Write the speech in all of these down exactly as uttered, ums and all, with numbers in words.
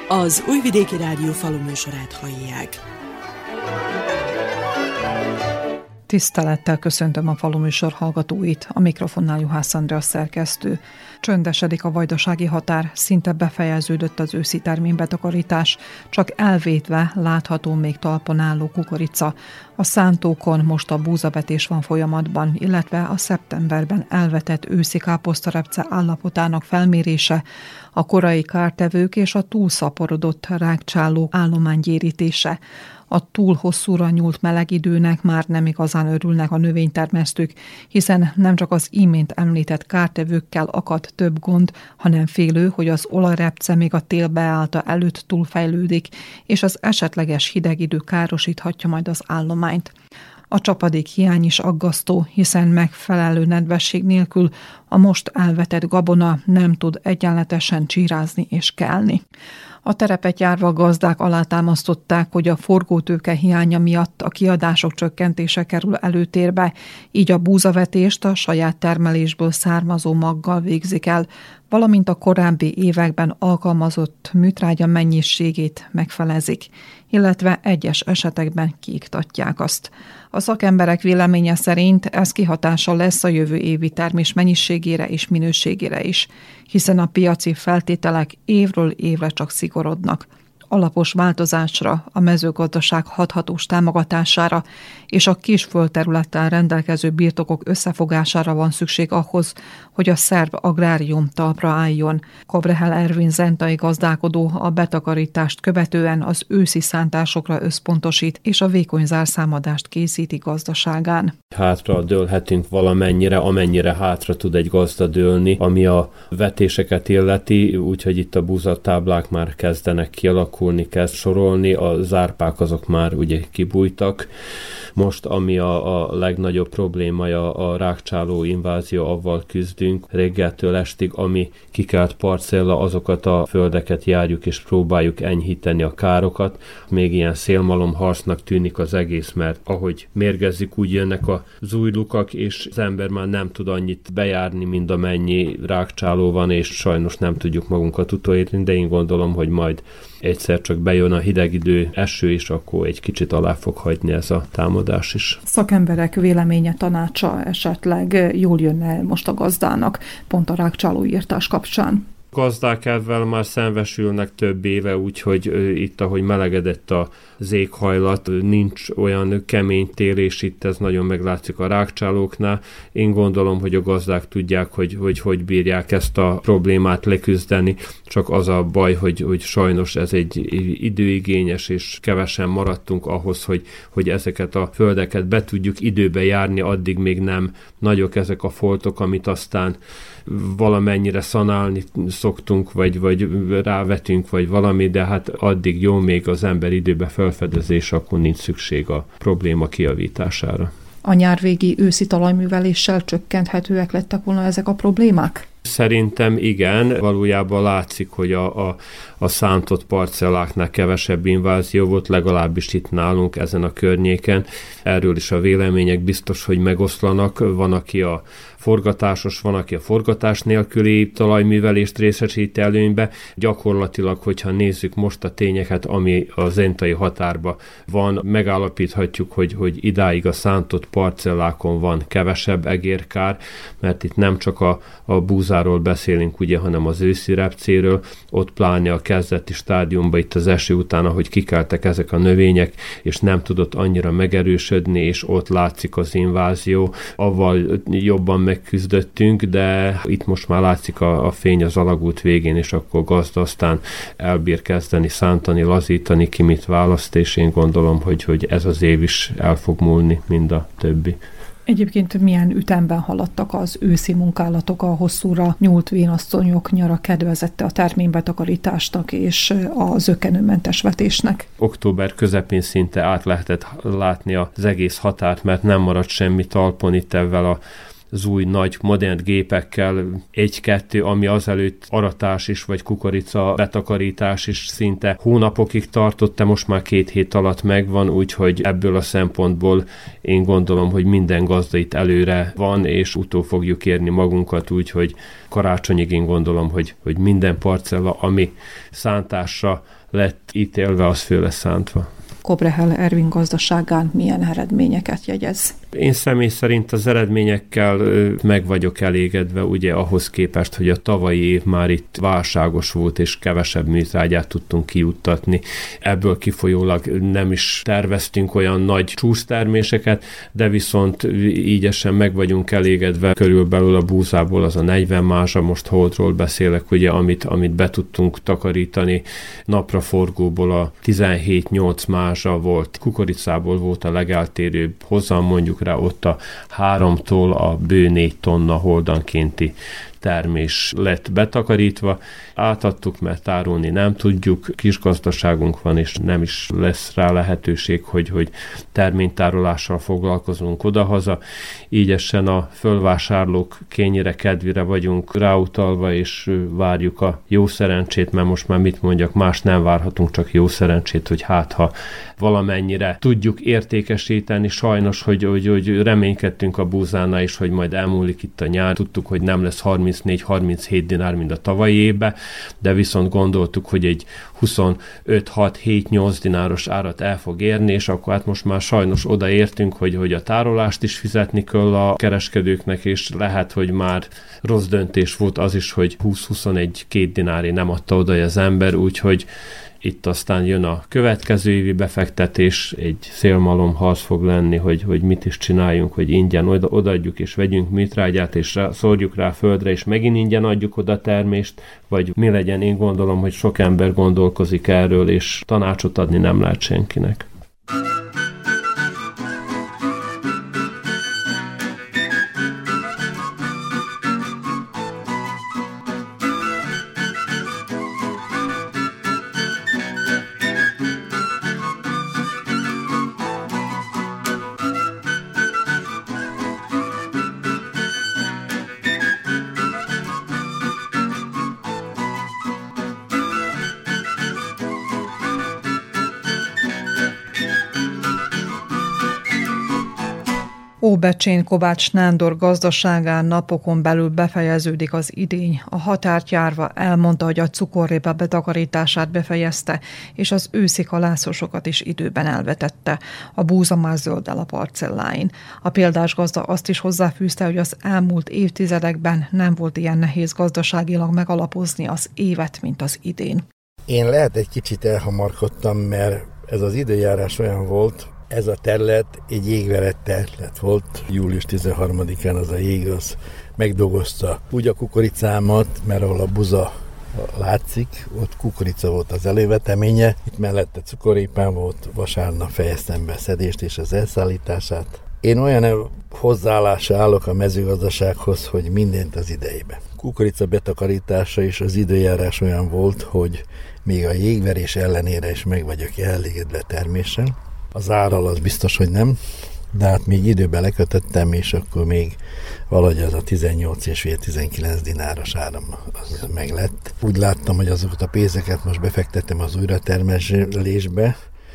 Az Újvidéki Rádió faluműsorát hallják. Tisztelettel köszöntöm a faluműsor hallgatóit, a mikrofonnál Juhász Andrea szerkesztő. Csöndesedik a vajdasági határ, szinte befejeződött az őszi terménybetakarítás, csak elvétve látható még talpon álló kukorica. A szántókon most a búzavetés van folyamatban, illetve a szeptemberben elvetett őszi káposztarepce állapotának felmérése, a korai kártevők és a túlszaporodott rágcsáló állomány gyérítése. A túl hosszúra nyúlt meleg időnek már nem igazán örülnek a növénytermesztők, hiszen nem csak az imént említett kártevőkkel akad több gond, hanem félő, hogy az olajrepce még a tél beállta előtt túlfejlődik, és az esetleges hideg idő károsíthatja majd az állományt. A csapadék hiány is aggasztó, hiszen megfelelő nedvesség nélkül a most elvetett gabona nem tud egyenletesen csírázni és kelni. A terepet járva gazdák alátámasztották, hogy a forgótőke hiánya miatt a kiadások csökkentése kerül előtérbe, így a búzavetést a saját termelésből származó maggal végzik el, valamint a korábbi években alkalmazott műtrágya mennyiségét megfelezik, illetve egyes esetekben kiiktatják azt. A szakemberek véleménye szerint ez kihatással lesz a jövő évi termés mennyiségére és minőségére is, hiszen a piaci feltételek évről évre csak szigorodnak. Alapos változásra, a mezőgazdaság hathatós támogatására és a kis földterülettel rendelkező birtokok összefogására van szükség ahhoz, hogy a szerb agrárium talpra álljon. Kobrehel Ervin zentai gazdálkodó a betakarítást követően az őszi szántásokra összpontosít és a vékony zárszámadást készíti gazdaságán. Hátra dőlhetünk valamennyire, amennyire hátra tud egy gazda dőlni, ami a vetéseket illeti, úgyhogy itt a búzatáblák már kezdenek kialakulni, kezd sorolni, a zárpák azok már ugye kibújtak. Most, ami a, a legnagyobb problémája a rágcsáló invázió, avval küzdünk reggeltől estig, ami kikelt parcella, azokat a földeket járjuk és próbáljuk enyhíteni a károkat. Még ilyen szélmalomharcnak tűnik az egész, mert ahogy mérgezzük, úgy jönnek a zújlukak, és az ember már nem tud annyit bejárni, mint amennyi rágcsáló van, és sajnos nem tudjuk magunkat utolérni, de én gondolom, hogy majd egyszer csak bejön a hideg idő, eső, és akkor egy kicsit alá fog hagyni ez a támadás is. Szakemberek véleménye, tanácsa esetleg jól jönne most a gazdának, pont a rágcsáló írtás kapcsán? Gazdák ezzel már szembesülnek több éve, úgyhogy itt, ahogy melegedett az éghajlat, nincs olyan kemény tél, és itt ez nagyon meglátszik a rágcsálóknál. Én gondolom, hogy a gazdák tudják, hogy hogy, hogy bírják ezt a problémát leküzdeni, csak az a baj, hogy, hogy sajnos ez egy időigényes, és kevesen maradtunk ahhoz, hogy, hogy ezeket a földeket be tudjuk időbe járni, addig még nem nagyok ezek a foltok, amit aztán valamennyire szanálni szoktunk, vagy, vagy rávetünk, vagy valami, de hát addig jó még az ember időbe felfedezés, akkor nincs szükség a probléma kijavítására. A nyárvégi őszi talajműveléssel csökkenthetőek lettek volna ezek a problémák? Szerintem igen, valójában látszik, hogy a, a, a szántott parcelláknál kevesebb invázió volt, legalábbis itt nálunk ezen a környéken. Erről is a vélemények biztos, hogy megoszlanak. Van, aki a forgatásos, van, aki a forgatás nélküli talajművelést részesít előnybe. Gyakorlatilag, hogyha nézzük most a tényeket, ami a zentai határban van, megállapíthatjuk, hogy, hogy idáig a szántott parcellákon van kevesebb egérkár, mert itt nem csak a, a búzáról beszélünk, ugye, hanem az őszi repcéről, ott pláne a kezdeti stádiumban, itt az eső után, ahogy kikeltek ezek a növények, és nem tudott annyira megerősödni, és ott látszik az invázió, avval jobban megküzdöttünk, de itt most már látszik a, a fény az alagút végén, és akkor gazda aztán elbír kezdeni szántani, lazítani, ki mit választ, és én gondolom, hogy, hogy ez az év is el fog múlni, mind a többi. Egyébként milyen ütemben haladtak az őszi munkálatok, a hosszúra nyúlt vénasszonyok nyara kedvezette a terménybetakarításnak és a zökkenőmentes vetésnek? Október közepén szinte át lehetett látni az egész határt, mert nem maradt semmi talpon itt ezzel a az új nagy modern gépekkel, egy-kettő, ami azelőtt aratás is, vagy kukorica betakarítás is szinte hónapokig tartott, de most már két hét alatt megvan, úgyhogy ebből a szempontból én gondolom, hogy minden gazda itt előre van, és utól fogjuk érni magunkat, úgyhogy karácsonyig én gondolom, hogy, hogy minden parcella, ami szántásra lett ítélve, az föl lesz szántva. Kobrehel Ervin gazdaságán milyen eredményeket jegyez? Én személy szerint az eredményekkel meg vagyok elégedve, ugye ahhoz képest, hogy a tavalyi év már itt válságos volt, és kevesebb műtrágyát tudtunk kijuttatni. Ebből kifolyólag nem is terveztünk olyan nagy csúszterméseket, de viszont ígyesen meg vagyunk elégedve. Körülbelül a búzából az a negyven mázsa, most holdról beszélek, ugye, amit, amit be tudtunk takarítani. Napraforgóból a tizenhét nyolc mázsa volt, kukoricából volt a legeltérőbb hozam, mondjuk rá ott a háromtól a bő négy tonna holdankénti termés lett betakarítva. Átadtuk, mert tárolni nem tudjuk, kis gazdaságunk van, és nem is lesz rá lehetőség, hogy, hogy terménytárolással foglalkozunk odahaza. Ígyesen a fölvásárlók kényére, kedvére vagyunk ráutalva, és várjuk a jó szerencsét, mert most már mit mondjak, más nem várhatunk, csak jó szerencsét, hogy hát ha valamennyire tudjuk értékesíteni. Sajnos, hogy, hogy, hogy reménykedtünk a búzánál is, hogy majd elmúlik itt a nyár. Tudtuk, hogy nem lesz harmincnégy harminchét dinár, mint a tavalyi évben, de viszont gondoltuk, hogy egy huszonöt hat hét nyolc dináros árat el fog érni, és akkor hát most már sajnos odaértünk, hogy, hogy a tárolást is fizetni kell a kereskedőknek, és lehet, hogy már rossz döntés volt az is, hogy húsz-huszonegy két dinári nem adta oda az ember, úgyhogy itt aztán jön a következő évi befektetés, egy szélmalom harc fog lenni, hogy, hogy mit is csináljunk, hogy ingyen oda, odaadjuk és vegyünk műtrágyát, és rá, szórjuk rá a földre, és megint ingyen adjuk oda termést, vagy mi legyen. Én gondolom, hogy sok ember gondolkozik erről, és tanácsot adni nem lehet senkinek. Óbecsén Kovács Nándor gazdaságán napokon belül befejeződik az idény. A határt járva elmondta, hogy a cukorrépa betakarítását befejezte, és az őszi kalászosokat is időben elvetette. A búza már zöld el a parcelláin. A példás gazda azt is hozzáfűzte, hogy az elmúlt évtizedekben nem volt ilyen nehéz gazdaságilag megalapozni az évet, mint az idén. Én lehet egy kicsit elhamarkodtam, mert ez az időjárás olyan volt, ez a terület egy jégverett terület volt. július tizenharmadikán az a jég az megdolgozta úgy a kukoricámat, mert ahol a buza látszik, ott kukorica volt az előveteménye, itt mellette cukorrépám volt, vasárnap fejeztem be a szedést és az elszállítását. Én olyan hozzáállásra állok a mezőgazdasághoz, hogy mindent az idejébe. Kukorica betakarítása és az időjárás olyan volt, hogy még a jégverés ellenére is meg vagyok elégedve terméssel. Az árral az biztos, hogy nem, de hát még időben lekötöttem, és akkor még valahogy az a tizennyolc és fél tizenkilenc dináros áram az meg lett. Úgy láttam, hogy azokat a pénzeket most befektettem az újratermelésbe,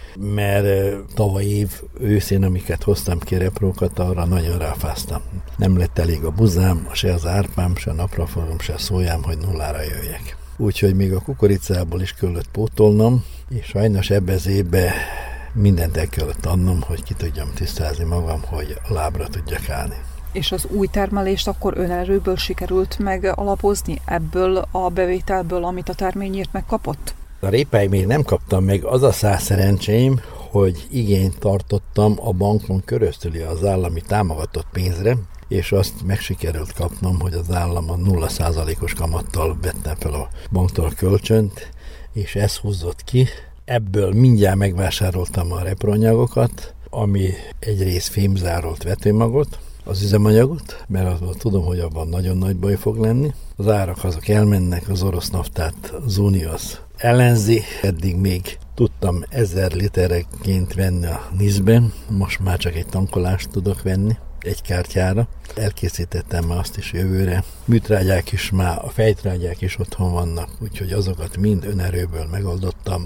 mert tavaly év őszén, amiket hoztam ki reprókat, arra nagyon ráfáztam. Nem lett elég a buzám, se az árpám, se a napraforgom, se a szójám, hogy nullára jöjjek. Úgyhogy még a kukoricából is kellett pótolnom, és sajnos ebbe az évben mindent el kellett adnom, hogy ki tudjam tisztázni magam, hogy lábra tudjak állni. És az új termelést akkor önerőből sikerült megalapozni ebből a bevételből, amit a terményért megkapott? A répáig még nem kaptam meg, az a száz szerencsém, hogy igényt tartottam a bankon köröztüli az állami támogatott pénzre, és azt meg sikerült kapnom, hogy az állam a nulla százalékos kamattal vettem fel a banktól a kölcsönt, és ez húzott ki. Ebből mindjárt megvásároltam a repróanyagokat, ami egyrészt fémzárolt vetőmagot, az üzemanyagot, mert azt tudom, hogy abban nagyon nagy baj fog lenni. Az árak azok elmennek, az orosz naftát az Unió az ellenzi. Eddig még tudtam ezer litereként venni a niszben, most már csak egy tankolást tudok venni egy kártyára. Elkészítettem már azt is jövőre. Műtrágyák is már, a fejtrágyák is otthon vannak, úgyhogy azokat mind önerőből megoldottam.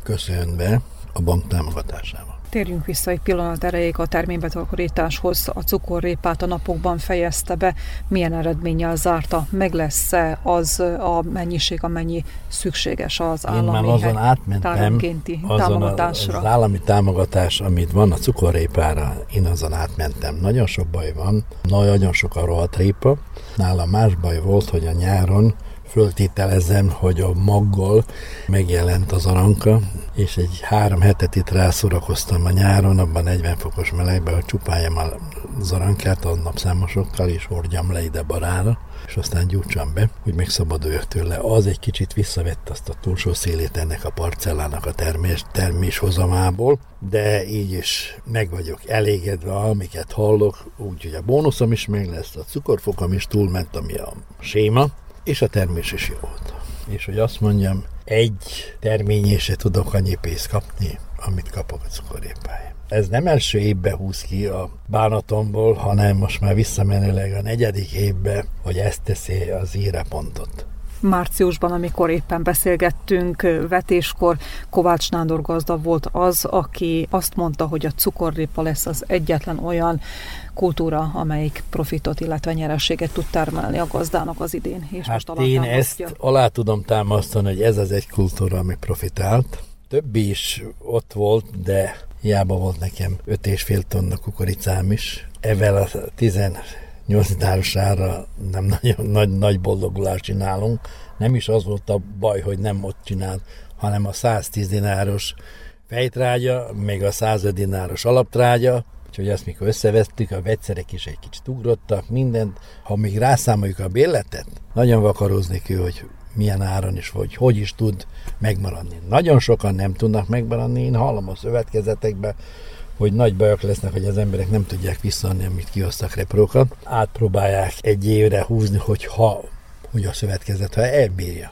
köszönve a bank támogatásával. Térjünk vissza egy pillanat erejéig a terménybetakarításhoz. A cukorrépát a napokban fejezte be. Milyen eredménnyel zárta? Meg lesz-e az a mennyiség, amennyi szükséges az állami táronkénti támogatásra? Az állami támogatás, amit van a cukorrépára, én azon átmentem. Nagyon sok baj van, nagyon sok a rohadt répa. Nálam más baj volt, hogy a nyáron föltételezem, hogy a maggal megjelent az aranka, és egy három hetet itt rászorakoztam a nyáron, abban negyven fokos melegben, hogy csupáljam az arankát a napszámosokkal, és hordjam le ide barára, és aztán gyújtsam be, hogy megszabaduljak tőle. Az egy kicsit visszavett azt a túlsó szélét ennek a parcellának a termés, terméshozamából, de így is meg vagyok elégedve, amiket hallok, úgyhogy a bónuszom is meg lesz, a cukorfokom is túlment, ami a séma, és a termés is jó volt. És hogy azt mondjam, egy terményé se tudok annyi pénzt kapni, amit kapok a cukorrépáján. Ez nem első évben húz ki a bánatomból, hanem most már visszamenőleg a negyedik évben, hogy ezt teszi az írepontot. Márciusban, amikor éppen beszélgettünk vetéskor, Kovács Nándor gazda volt az, aki azt mondta, hogy a cukorrépa lesz az egyetlen olyan kultúra, amelyik profitot, illetve nyerességet tud termelni a gazdának az idén. És hát most én ezt alá tudom támasztani, hogy ez az egy kultúra, ami profitált. Többi is ott volt, de hiába volt nekem öt és fél tonna kukoricám is. Ezzel a tizennyolc dináros ára nem nagyon nagy, nagy boldogulást csinálunk. Nem is az volt a baj, hogy nem ott csinál, hanem a száztíz dináros fejtrágya, még a százöt dináros alaptrágya, úgyhogy ezt mikor összevettük, a vegyszerek is egy kicsit ugrottak, mindent. Ha még rászámoljuk a bérletet, nagyon vakarózni kell, hogy milyen áron is, vagy hogy is tud megmaradni. Nagyon sokan nem tudnak megmaradni, én hallom a szövetkezetekben, hogy nagy bajok lesznek, hogy az emberek nem tudják visszaadni, amit kihoztak reprókat. Átpróbálják egy évre húzni, hogy ha, hogy a szövetkezet, ha elbírja.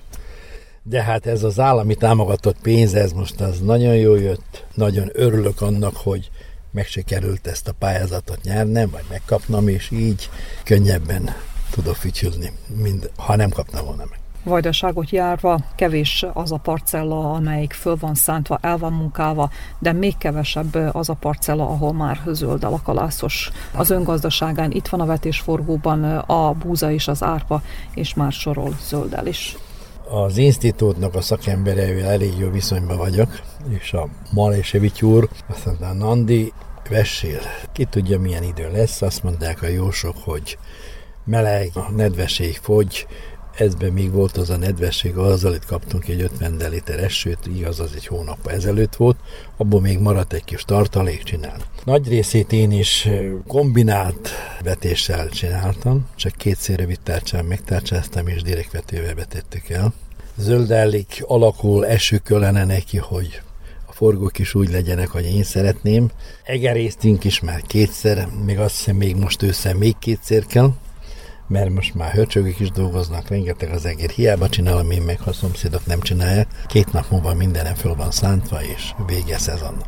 De hát ez az állami támogatott pénz, ez most az nagyon jó jött. Nagyon örülök annak, hogy meg se került ezt a pályázatot nyernem, vagy megkapnom, és így könnyebben tudok fütyülni, mint ha nem kaptam volna meg. Vajdaságot járva kevés az a parcella, amelyik föl van szántva, el van munkálva, de még kevesebb az a parcella, ahol már zöld a lakalászos. Az öngazdaságán itt van a vetésforgóban a búza és az árpa, és már sorol zölddel is. Az institútnak a szakembereivel elég jó viszonyban vagyok, és a Malésevics úr, azt mondta, Nandi, vessél, ki tudja milyen idő lesz, azt mondták a jósok, hogy meleg, a nedvesség fogy, ezben még volt az a nedvesség, azzal itt kaptunk egy ötven liter esőt, igaz, az egy hónap ezelőtt volt, abból még maradt egy kis tartalék, csinál. Nagy részét én is kombinált vetéssel csináltam, csak kétszer rövid tárcsán megtárcsáztam, és direktvetővel vetettük el. Zöldellik alakul, eső kellene neki, hogy a forgók is úgy legyenek, hogy én szeretném. Egerésztünk is már kétszer, még azt hiszem, még most ősszel még kétszer kell, mert most már hörcsögök is dolgoznak, rengeteg az egér. Hiába csinálom én meg, ha a szomszédok nem csinálják. Két nap múlva mindenem föl van szántva, és vége szezonnak.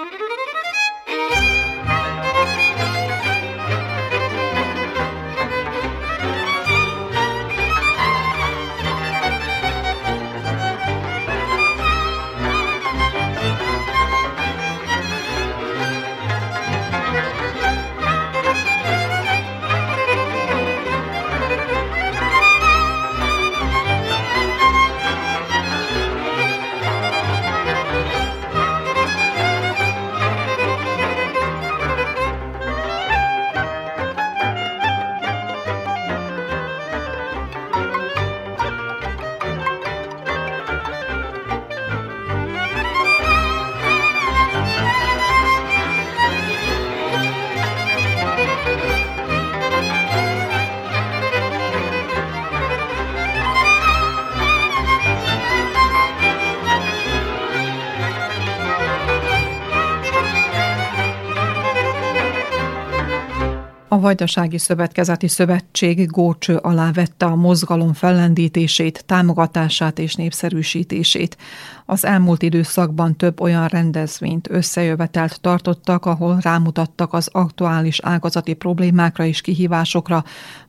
A Vajdasági Szövetkezeti Szövetség górcső alá vette a mozgalom fellendítését, támogatását és népszerűsítését. Az elmúlt időszakban több olyan rendezvényt, összejövetelt tartottak, ahol rámutattak az aktuális ágazati problémákra és kihívásokra,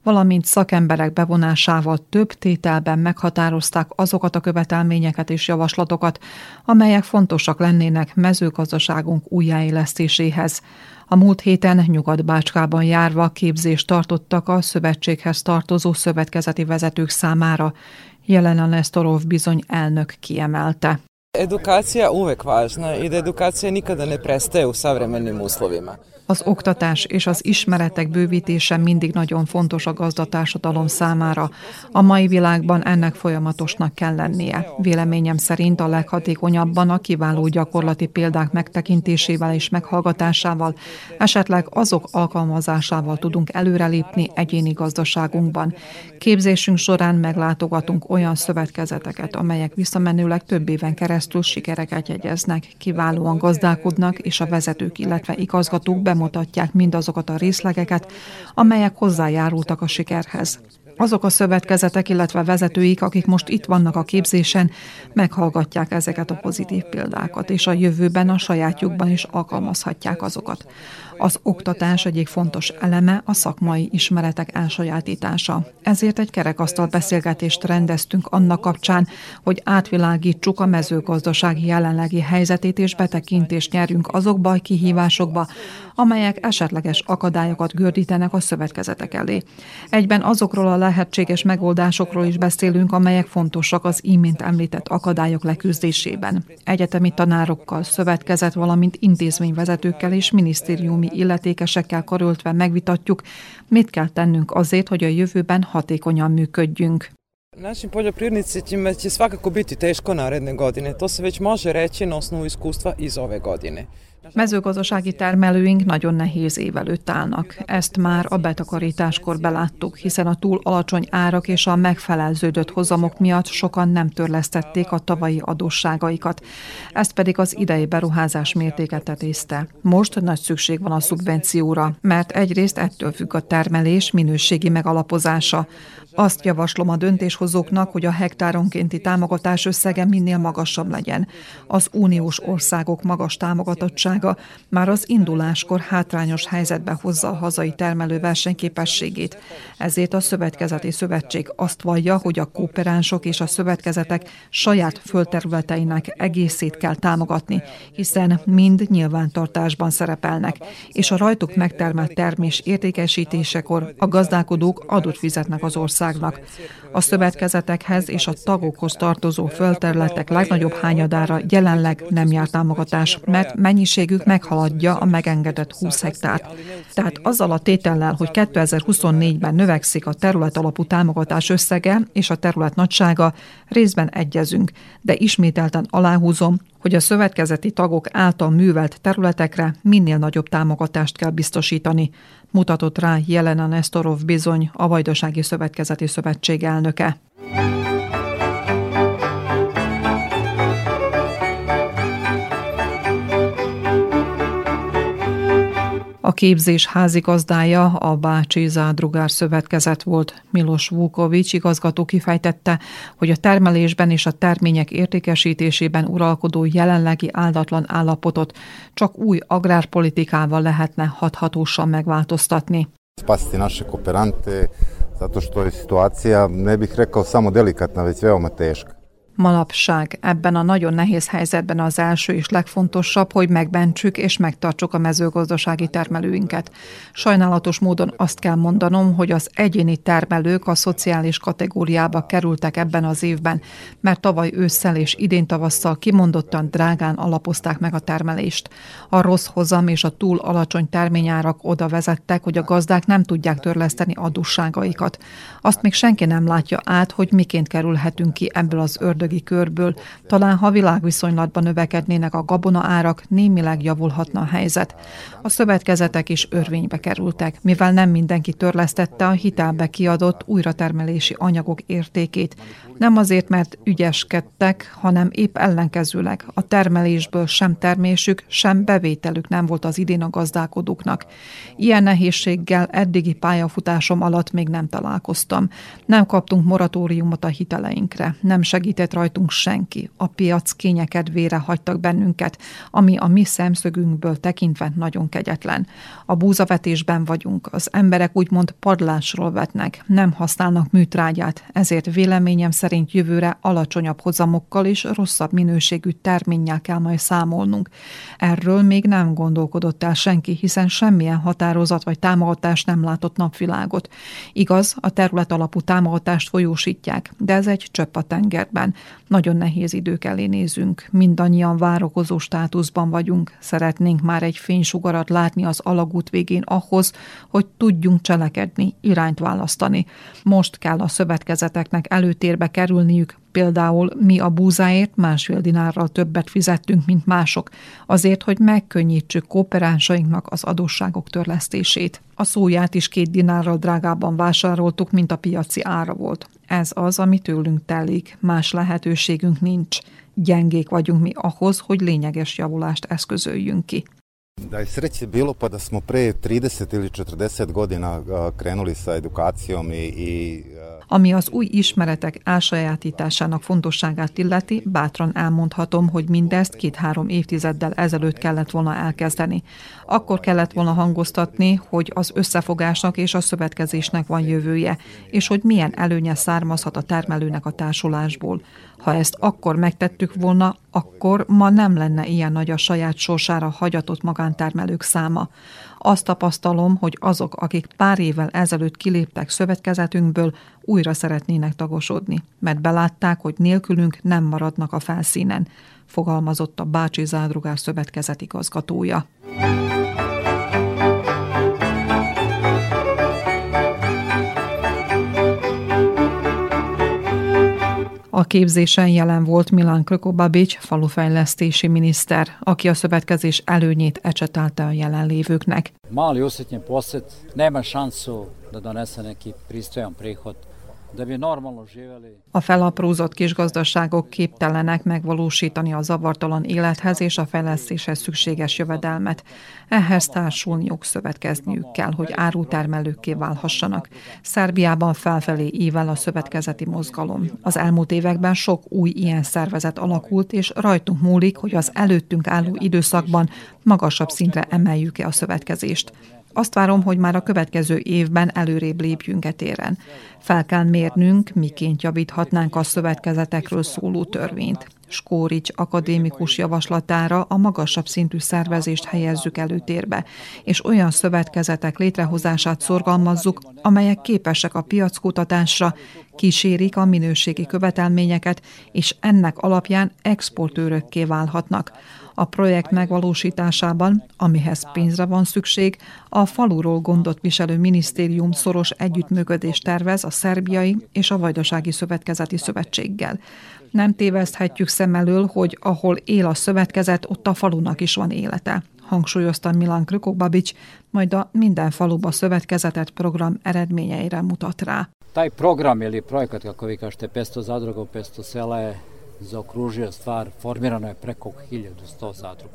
valamint szakemberek bevonásával több tételben meghatározták azokat a követelményeket és javaslatokat, amelyek fontosak lennének mezőgazdaságunk újjáélesztéséhez. A múlt héten Nyugat-Bácskában járva képzést tartottak a szövetséghez tartozó szövetkezeti vezetők számára. Jelena Nestorov bizony elnök kiemelte. Edukacija uvek važna i da edukacija nikada ne prestaje u savremenim uslovima. Az oktatás és az ismeretek bővítése mindig nagyon fontos a gazdatársadalom számára. A mai világban ennek folyamatosnak kell lennie. Véleményem szerint a leghatékonyabban a kiváló gyakorlati példák megtekintésével és meghallgatásával, esetleg azok alkalmazásával tudunk előrelépni egyéni gazdaságunkban. Képzésünk során meglátogatunk olyan szövetkezeteket, amelyek visszamenőleg több éven keresztül sikereket jegyeznek, kiválóan gazdálkodnak, és a vezetők, illetve igazgatók bemutatják mindazokat a részlegeket, amelyek hozzájárultak a sikerhez. Azok a szövetkezetek, illetve vezetőik, akik most itt vannak a képzésen, meghallgatják ezeket a pozitív példákat, és a jövőben a sajátjukban is alkalmazhatják azokat. Az oktatás egyik fontos eleme a szakmai ismeretek elsajátítása. Ezért egy kerekasztal beszélgetést rendeztünk annak kapcsán, hogy átvilágítsuk a mezőgazdaság jelenlegi helyzetét és betekintést nyerjünk azokba a kihívásokba, amelyek esetleges akadályokat gördítenek a szövetkezetek elé. Egyben azokról a lehetséges megoldásokról is beszélünk, amelyek fontosak az imént említett akadályok leküzdésében. Egyetemi tanárokkal, szövetkezet, valamint intézményvezetőkkel és minisztériumi illetékesekkel karöltve megvitatjuk, mit kell tennünk azért, hogy a jövőben hatékonyan működjünk. Našim poljoprivrednicima će svakako biti teško naredne godine. To se već može reći na osnovu iskustva iz ove godine. Mezőgazdasági termelőink nagyon nehéz év előtt állnak. Ezt már a betakarításkor beláttuk, hiszen a túl alacsony árak és a megfeleződött hozamok miatt sokan nem törlesztették a tavalyi adósságaikat. Ezt pedig az idei beruházás mértéke tetézte. Most nagy szükség van a szubvencióra, mert egyrészt ettől függ a termelés minőségi megalapozása. Azt javaslom a döntéshozóknak, hogy a hektáronkénti támogatás összege minél magasabb legyen. Az uniós országok magas támogatottsága már az induláskor hátrányos helyzetbe hozza a hazai termelő versenyképességét. Ezért a Szövetkezeti Szövetség azt vallja, hogy a kooperánsok és a szövetkezetek saját földterületeinek egészét kell támogatni, hiszen mind nyilvántartásban szerepelnek, és a rajtuk megtermelt termés értékesítésekor a gazdálkodók adót fizetnek az országnak. A szövetkezetekhez és a tagokhoz tartozó földterületek legnagyobb hányadára jelenleg nem jár támogatás, mert mennyiségük meghaladja a megengedett húsz hektárt. Tehát azzal a tétellel, hogy kétezer-huszonnégyben növekszik a terület alapú támogatás összege és a terület nagysága, részben egyezünk, de ismételten aláhúzom, hogy a szövetkezeti tagok által művelt területekre minél nagyobb támogatást kell biztosítani, mutatott rá Jelena Nestorov bizony, a Vajdasági Szövetkezeti Szövetség elnöke. A képzés házigazdája a Bácsi Zádrugár Szövetkezet volt. Milos Vukovics igazgató kifejtette, hogy a termelésben és a termények értékesítésében uralkodó jelenlegi áldatlan állapotot csak új agrárpolitikával lehetne hathatósan megváltoztatni. Spasiti naše kooperante, zato što je situacija, ne bih rekao samo delikatna, već veoma teška. Manapság ebben a nagyon nehéz helyzetben az első és legfontosabb, hogy megmentsük és megtartsuk a mezőgazdasági termelőinket. Sajnálatos módon azt kell mondanom, hogy az egyéni termelők a szociális kategóriába kerültek ebben az évben, mert tavaly ősszel és idén tavasszal kimondottan drágán alapozták meg a termelést. A rossz hozam és a túl alacsony terményárak oda vezettek, hogy a gazdák nem tudják törleszteni adósságaikat. Azt még senki nem látja át, hogy miként kerülhetünk ki ebből az ördögi körből. Talán ha világviszonylatban növekednének a gabona árak, némileg javulhatna a helyzet. A szövetkezetek is örvénybe kerültek, mivel nem mindenki törlesztette a hitelbe kiadott újratermelési anyagok értékét. Nem azért, mert ügyeskedtek, hanem épp ellenkezőleg. A termelésből sem termésük, sem bevételük nem volt az idén a gazdálkodóknak. Ilyen nehézséggel eddigi pályafutásom alatt még nem találkoztam. Nem kaptunk moratóriumot a hiteleinkre. Nem segített nevet rajtunk senki. A piac kényekedvére hagytak bennünket, ami a mi szemszögünkből tekintve nagyon kegyetlen. A búzavetésben vagyunk, az emberek úgymond padlásról vetnek, nem használnak műtrágyát, ezért véleményem szerint jövőre alacsonyabb hozamokkal és rosszabb minőségű terménnyel kell majd számolnunk. Erről még nem gondolkodott el senki, hiszen semmilyen határozat vagy támogatás nem látott napvilágot. Igaz, a terület alapú támogatást folyósítják, de ez egy csöpp a tengerben. Nagyon nehéz idők elé nézünk, mindannyian várakozó státuszban vagyunk, szeretnénk már egy fénysugarat látni az alagút végén ahhoz, hogy tudjunk cselekedni, irányt választani. Most kell a szövetkezeteknek előtérbe kerülniük, például mi a búzáért másfél dinárral többet fizettünk, mint mások, azért, hogy megkönnyítsük kooperánsainknak az adósságok törlesztését. A szóját is két dinárral drágábban vásároltuk, mint a piaci ára volt. Ez az, ami tőlünk telik, más lehetőségünk nincs. Gyengék vagyunk mi ahhoz, hogy lényeges javulást eszközöljünk ki. Da je sreće bilo pa da smo pre trideset ili četrdeset godina krenuli sa edukacijom i, i Ami az új ismeretek elsajátításának fontosságát illeti, bátran elmondhatom, hogy mindezt két-három évtizeddel ezelőtt kellett volna elkezdeni. Akkor kellett volna hangoztatni, hogy az összefogásnak és a szövetkezésnek van jövője, és hogy milyen előnye származhat a termelőnek a társulásból. Ha ezt akkor megtettük volna, akkor ma nem lenne ilyen nagy a saját sorsára hagyatott magántermelők száma. Azt tapasztalom, hogy azok, akik pár évvel ezelőtt kiléptek szövetkezetünkből, újra szeretnének tagosodni, mert belátták, hogy nélkülünk nem maradnak a felszínen, fogalmazott a Bácsi Zárdrugár szövetkezet igazgatója. A képzésen jelen volt Milan Krkobabić, falufejlesztési miniszter, aki a szövetkezés előnyét ecsetelte a jelenlévőknek. Mali usitnjen posjet nema šansu da donese neki pristojan prihod. A felaprózott kisgazdaságok képtelenek megvalósítani a zavartalan élethez és a fejlesztéshez szükséges jövedelmet. Ehhez társulniuk, szövetkezniük kell, hogy árutermelőkké válhassanak. Szerbiában felfelé ível a szövetkezeti mozgalom. Az elmúlt években sok új ilyen szervezet alakult, és rajtunk múlik, hogy az előttünk álló időszakban magasabb szintre emeljük-e a szövetkezést. Azt várom, hogy már a következő évben előrébb lépjünk e téren. Fel kell mérnünk, miként javíthatnánk a szövetkezetekről szóló törvényt. Skórics akadémikus javaslatára a magasabb szintű szervezést helyezzük előtérbe, és olyan szövetkezetek létrehozását szorgalmazzuk, amelyek képesek a piackutatásra, kísérik a minőségi követelményeket, és ennek alapján exportőrökké válhatnak. A projekt megvalósításában, amihez pénzre van szükség, a faluról gondot viselő minisztérium szoros együttműködést tervez a szerbiai és a Vajdasági Szövetkezeti Szövetséggel. Nem téveszthetjük szem elől, hogy ahol él a szövetkezet, ott a falunak is van élete, hangsúlyozta Milan Krkobabić, majd a Minden faluba szövetkezetet program eredményeire mutat rá. Taj program ili projekat, kako vi kažete, petsto zadruga, petsto sela je zaokružio stvar, formirano je preko hiljadu sto zadruga.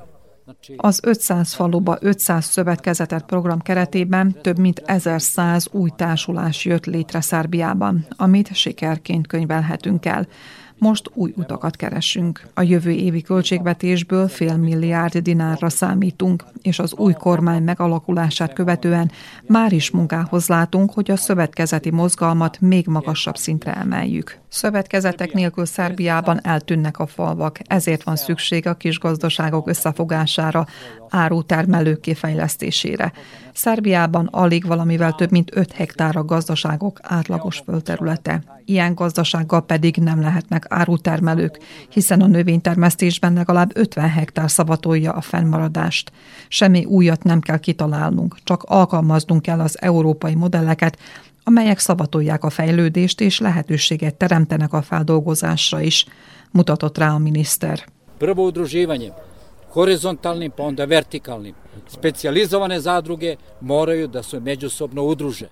Az ötszáz faluba ötszáz szövetkezetet program keretében több mint ezerszáz új társulás jött létre Szerbiában, amit sikerként könyvelhetünk el. Most új utakat keresünk. A jövő évi költségvetésből fél milliárd dinárra számítunk, és az új kormány megalakulását követően már is munkához látunk, hogy a szövetkezeti mozgalmat még magasabb szintre emeljük. Szövetkezetek nélkül Szerbiában eltűnnek a falvak, ezért van szükség a kisgazdaságok összefogására, árutermelők kifejlesztésére. Szerbiában alig valamivel több mint öt hektár a gazdaságok átlagos földterülete. Ilyen gazdasággal pedig nem lehetnek árutermelők, hiszen a növénytermesztésben legalább ötven hektár szavatolja a fennmaradást. Semmi újat nem kell kitalálnunk, csak alkalmaznunk kell az európai modelleket, amelyek szavatolják a fejlődést és lehetőséget teremtenek a feldolgozásra is, mutatott rá a miniszter. Prvo udruživanje, horizontalnim pa onda vertikalnim. Specijalizovane zadruge moraju da se međusobno udruže.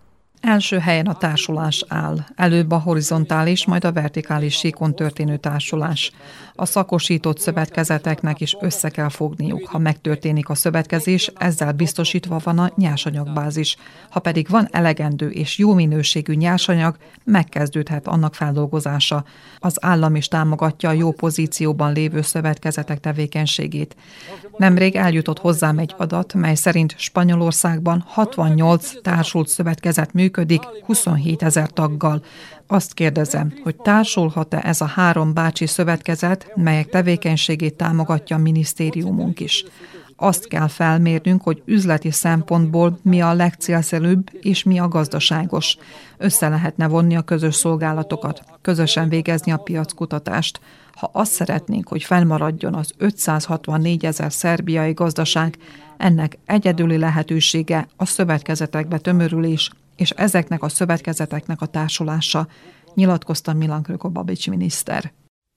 Első helyen a társulás áll, előbb a horizontális, majd a vertikális síkon történő társulás. A szakosított szövetkezeteknek is össze kell fogniuk. Ha megtörténik a szövetkezés, ezzel biztosítva van a nyersanyagbázis. Ha pedig van elegendő és jó minőségű nyersanyag, megkezdődhet annak feldolgozása. Az állam is támogatja a jó pozícióban lévő szövetkezetek tevékenységét. Nemrég eljutott hozzám egy adat, mely szerint Spanyolországban hatvannyolc társult szövetkezet működik huszonhétezer taggal. Azt kérdezem, hogy társulhat-e ez a három bácsi szövetkezet, melyek tevékenységét támogatja a minisztériumunk is. Azt kell felmérnünk, hogy üzleti szempontból mi a legcélszerűbb és mi a gazdaságos. Össze lehetne vonni a közös szolgálatokat, közösen végezni a piackutatást. Ha azt szeretnénk, hogy fennmaradjon az ötszázhatvannégyezer szerbiai gazdaság, ennek egyedüli lehetősége a szövetkezetekbe tömörülés, és ezeknek a szövetkezeteknek a társulása, nyilatkozta Milan Krkobabić miniszter.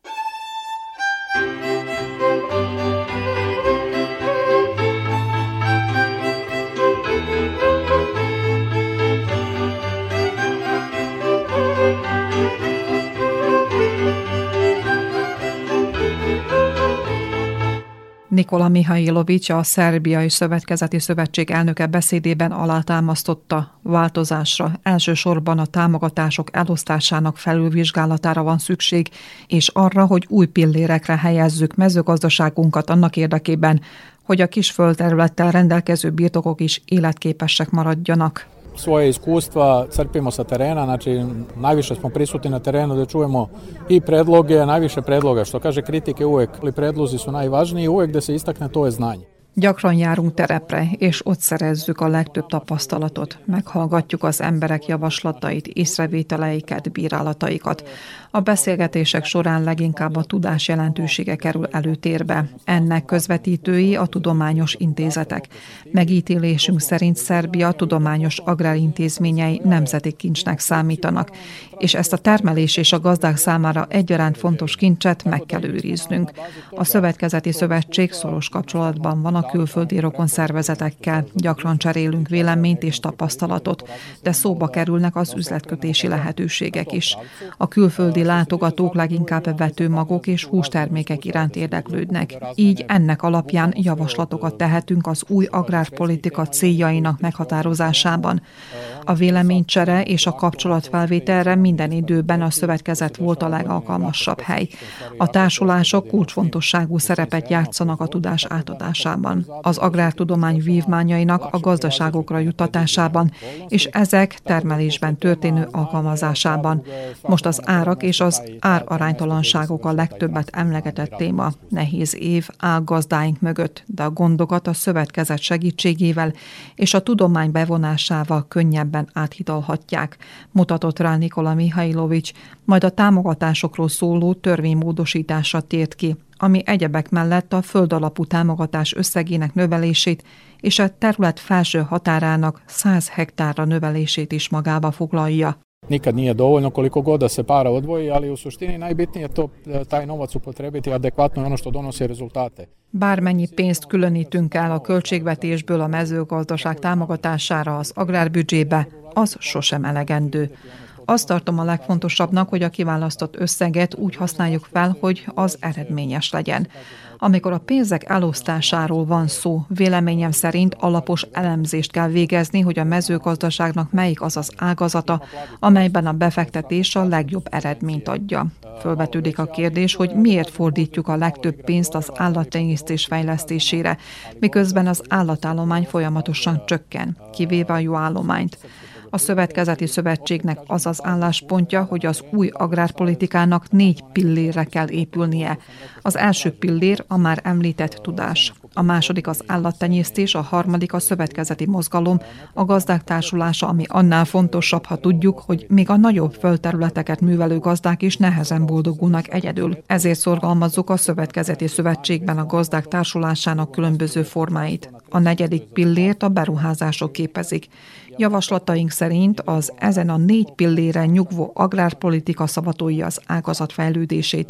Nikola Mihajlović, a Szerbiai Szövetkezeti Szövetség elnöke beszédében alátámasztotta, változásra, elsősorban a támogatások elosztásának felülvizsgálatára van szükség, és arra, hogy új pillérekre helyezzük mezőgazdaságunkat annak érdekében, hogy a kis földterülettel rendelkező birtokok is életképesek maradjanak. Svoje iskustva crpimo sa terena, znači najviše smo prisutni na terenu da čujemo i predloge, najviše predloga, što kaže kritike uvek, ali predlozi su najvažniji, uvek da se istakne to je znanje. Gyakran járunk terepre, és ott szerezzük a legtöbb tapasztalatot. Meghallgatjuk az emberek javaslatait, észrevételeiket, bírálataikat. A beszélgetések során leginkább a tudás jelentősége kerül előtérbe. Ennek közvetítői a tudományos intézetek. Megítélésünk szerint Szerbia tudományos agrárintézményei nemzeti kincsnek számítanak, és ezt a termelés és a gazdák számára egyaránt fontos kincset meg kell őriznünk. A Szövetkezeti Szövetség szoros kapcsolatban van a külföldi rokonszervezetekkel, gyakran cserélünk véleményt és tapasztalatot, de szóba kerülnek az üzletkötési lehetőségek is. A külföldi látogatók leginkább vetőmagok és hústermékek iránt érdeklődnek. Így ennek alapján javaslatokat tehetünk az új agrárpolitika céljainak meghatározásában. A véleménycsere és a kapcsolatfelvételre minden időben a szövetkezet volt a legalkalmasabb hely. A társulások kulcsfontosságú szerepet játszanak a tudás átadásában, az agrártudomány vívmányainak a gazdaságokra juttatásában, és ezek termelésben történő alkalmazásában. Most az árak és az áraránytalanságok a legtöbbet emlegetett téma. Nehéz év áll gazdáink mögött, de a gondokat a szövetkezet segítségével és a tudomány bevonásával könnyebben áthidalhatják, mutatott rá Nikola Mihajlović, majd a támogatásokról szóló törvénymódosításra tért ki, ami egyebek mellett a földalapú támogatás összegének növelését és a terület felső határának száz hektárra növelését is magába foglalja. Nikad nije dovoljno koliko god da se para odvoji, ali u suštini najbitnije je to taj novac upotrebiti adekvatno ono što donosi rezultate. Bármennyi pénzt különítünk el a költségvetésből a mezőgazdaság támogatására az agrárbüdzsébe, az sosem elegendő. Azt tartom a legfontosabbnak, hogy a kiválasztott összeget úgy használjuk fel, hogy az eredményes legyen. Amikor a pénzek elosztásáról van szó, véleményem szerint alapos elemzést kell végezni, hogy a mezőgazdaságnak melyik az az ágazata, amelyben a befektetés a legjobb eredményt adja. Fölvetődik a kérdés, hogy miért fordítjuk a legtöbb pénzt az állattenyésztés fejlesztésére, miközben az állatállomány folyamatosan csökken, kivéve a jó állományt. A Szövetkezeti Szövetségnek az az álláspontja, hogy az új agrárpolitikának négy pillérre kell épülnie. Az első pillér a már említett tudás, a második az állattenyésztés, a harmadik a szövetkezeti mozgalom, a gazdák társulása, ami annál fontosabb, ha tudjuk, hogy még a nagyobb földterületeket művelő gazdák is nehezen boldogulnak egyedül. Ezért szorgalmazzuk a Szövetkezeti Szövetségben a gazdák társulásának különböző formáit. A negyedik pillért a beruházások képezik. Javaslataink szerint az ezen a négy pilléren nyugvó agrárpolitika szavatolja az ágazat fejlődését.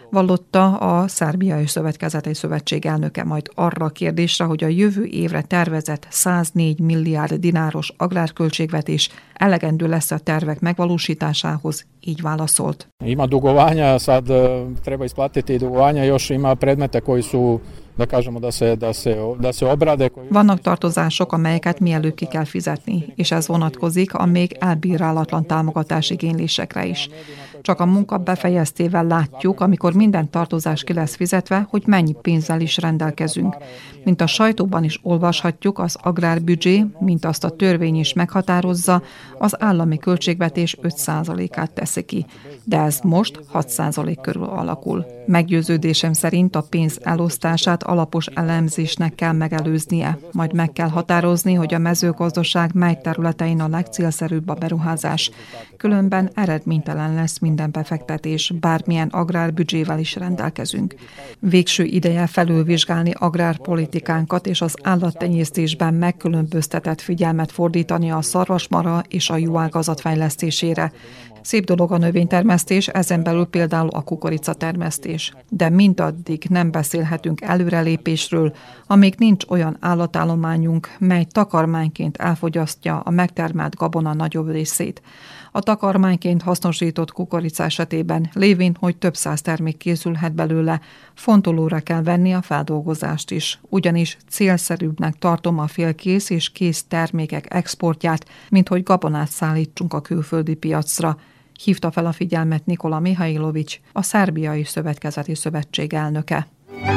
vallotta a Szerbiai Szövetkezeti Szövetség elnöke, majd arra a kérdésre, hogy a jövő évre tervezett száznégy milliárd dináros agrárköltségvetés elegendő lesz a tervek megvalósításához, így válaszolt. Ima dugovanja, sad treba isplatiti dugovanja, još ima predmete koji su da kažemo da se da se da se obrade. Vannak tartozások, amelyeket mielőbb ki kell fizetni, és ez vonatkozik a még elbírálatlan támogatási igénylésekre is. Csak a munka befejeztével látjuk, amikor minden tartozás ki lesz fizetve, hogy mennyi pénzzel is rendelkezünk. Mint a sajtóban is olvashatjuk, az agrárbüdzsé, mint azt a törvény is meghatározza, az állami költségvetés öt százalékát teszi ki, de ez most hat százalék körül alakul. Meggyőződésem szerint a pénz elosztását alapos elemzésnek kell megelőznie, majd meg kell határozni, hogy a mezőgazdaság mely területein a legcélszerűbb a beruházás. Különben eredménytelen lesz minden befektetés, bármilyen agrárbüdzsével is rendelkezünk. Végső ideje felülvizsgálni agrárpolitikánkat és az állattenyésztésben megkülönböztetett figyelmet fordítani a szarvasmarha és a juhágazat fejlesztésére. Szép dolog a növénytermesztés, ezen belül például a kukoricatermesztés. De mindaddig nem beszélhetünk előrelépésről, amíg nincs olyan állatállományunk, mely takarmányként elfogyasztja a megtermelt gabona nagyobb részét. A takarmányként hasznosított kukorica esetében, lévén, hogy több száz termék készülhet belőle, fontolóra kell venni a feldolgozást is. Ugyanis célszerűbbnek tartom a félkész és kész termékek exportját, mint hogy gabonát szállítsunk a külföldi piacra. Hívta fel a figyelmet Nikola Mihajlovics, a Szerbiai Szövetkezeti Szövetség elnöke.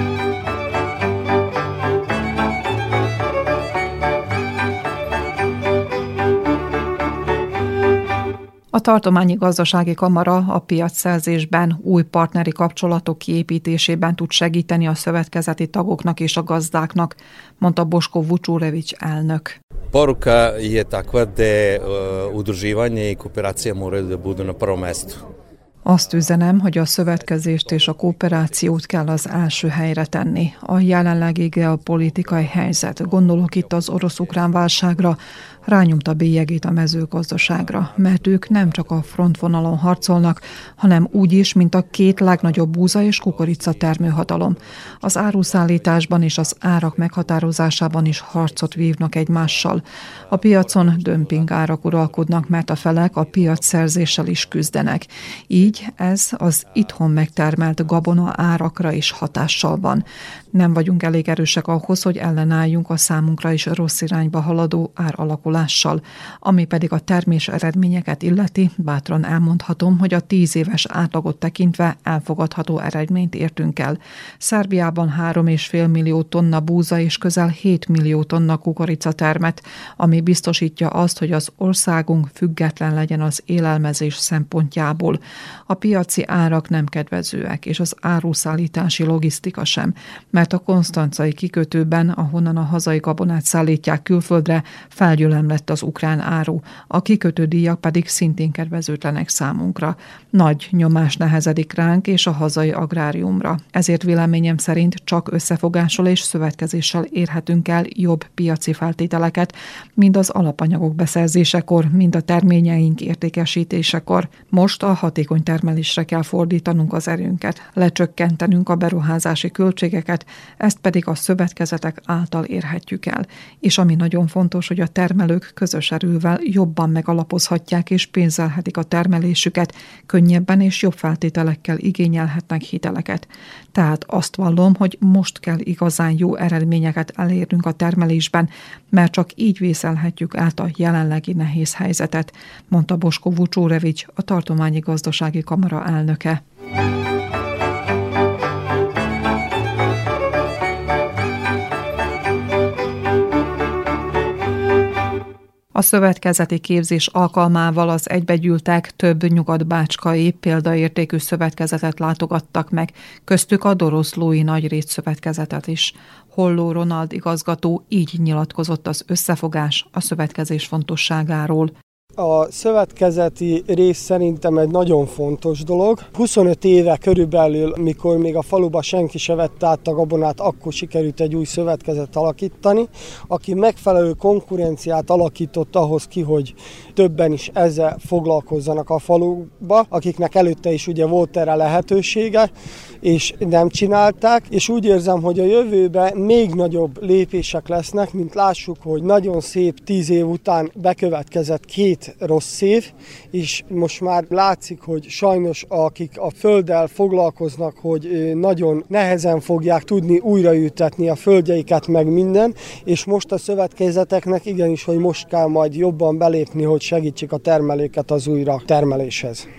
A Tartományi Gazdasági Kamara a piacszerzésben, új partneri kapcsolatok kiépítésében tud segíteni a szövetkezeti tagoknak és a gazdáknak, mondta Boško Vučurević elnök. Poruka je takva da udruživanje i kooperacija moraju da budu na prvom mestu. Azt üzenem, hogy a szövetkezést és a kooperációt kell az első helyre tenni. A jelenlegi geopolitikai helyzet, gondolok itt az orosz-ukrán válságra, rányomta bélyegét a mezőgazdaságra, mert ők nem csak a frontvonalon harcolnak, hanem úgy is, mint a két legnagyobb búza és kukorica termőhatalom. Az áruszállításban és az árak meghatározásában is harcot vívnak egymással. A piacon dömping árak uralkodnak, mert a felek a piacszerzéssel is küzdenek. Így ez az itthon megtermelt gabona árakra is hatással van. Nem vagyunk elég erősek ahhoz, hogy ellenálljunk a számunkra is rossz irányba haladó áralakulással. Ami pedig a termés eredményeket illeti, bátran elmondhatom, hogy a tíz éves átlagot tekintve elfogadható eredményt értünk el. Szerbiában három és fél millió tonna búza és közel hét millió tonna kukorica termet, ami biztosítja azt, hogy az országunk független legyen az élelmezés szempontjából. A piaci árak nem kedvezőek, és az áruszállítási logisztika sem, mert a konstancai kikötőben, ahonnan a hazai gabonát szállítják külföldre, felgyülem lett az ukrán áru, a kikötődíjak pedig szintén kedvezőtlenek számunkra. Nagy nyomás nehezedik ránk és a hazai agráriumra. Ezért véleményem szerint csak összefogással és szövetkezéssel érhetünk el jobb piaci feltételeket, mind az alapanyagok beszerzésekor, mind a terményeink értékesítésekor. Most a hatékony termelésre kell fordítanunk az erőnket, lecsökkentenünk a beruházási költségeket, ezt pedig a szövetkezetek által érhetjük el. És ami nagyon fontos, hogy a termelők közös erővel jobban megalapozhatják és pénzelhetik a termelésüket, könnyebben és jobb feltételekkel igényelhetnek hiteleket. Tehát azt vallom, hogy most kell igazán jó eredményeket elérnünk a termelésben, mert csak így vészelhetjük át a jelenlegi nehéz helyzetet, mondta Boško Vučurević, a Tartományi Gazdasági Kamara elnöke. A szövetkezeti képzés alkalmával az egybegyűltek több nyugat-bácskai példaértékű szövetkezetet látogattak meg, köztük a Doroszlói Nagyrét szövetkezetet is. Holló Ronald igazgató így nyilatkozott az összefogás a szövetkezés fontosságáról. A szövetkezeti rész szerintem egy nagyon fontos dolog. huszonöt éve körülbelül, mikor még a faluba senki se vette át a gabonát, akkor sikerült egy új szövetkezet alakítani, aki megfelelő konkurenciát alakított ahhoz ki, hogy többen is ezzel foglalkozzanak a faluba, akiknek előtte is ugye volt erre lehetősége, és nem csinálták, és úgy érzem, hogy a jövőben még nagyobb lépések lesznek, mint lássuk, hogy nagyon szép tíz év után bekövetkezett két rossz év, és most már látszik, hogy sajnos akik a földdel foglalkoznak, hogy nagyon nehezen fogják tudni újraültetni a földjeiket meg minden, és most a szövetkezeteknek igenis, hogy most kell majd jobban belépni, hogy segítsék a termelőket az újra termeléshez.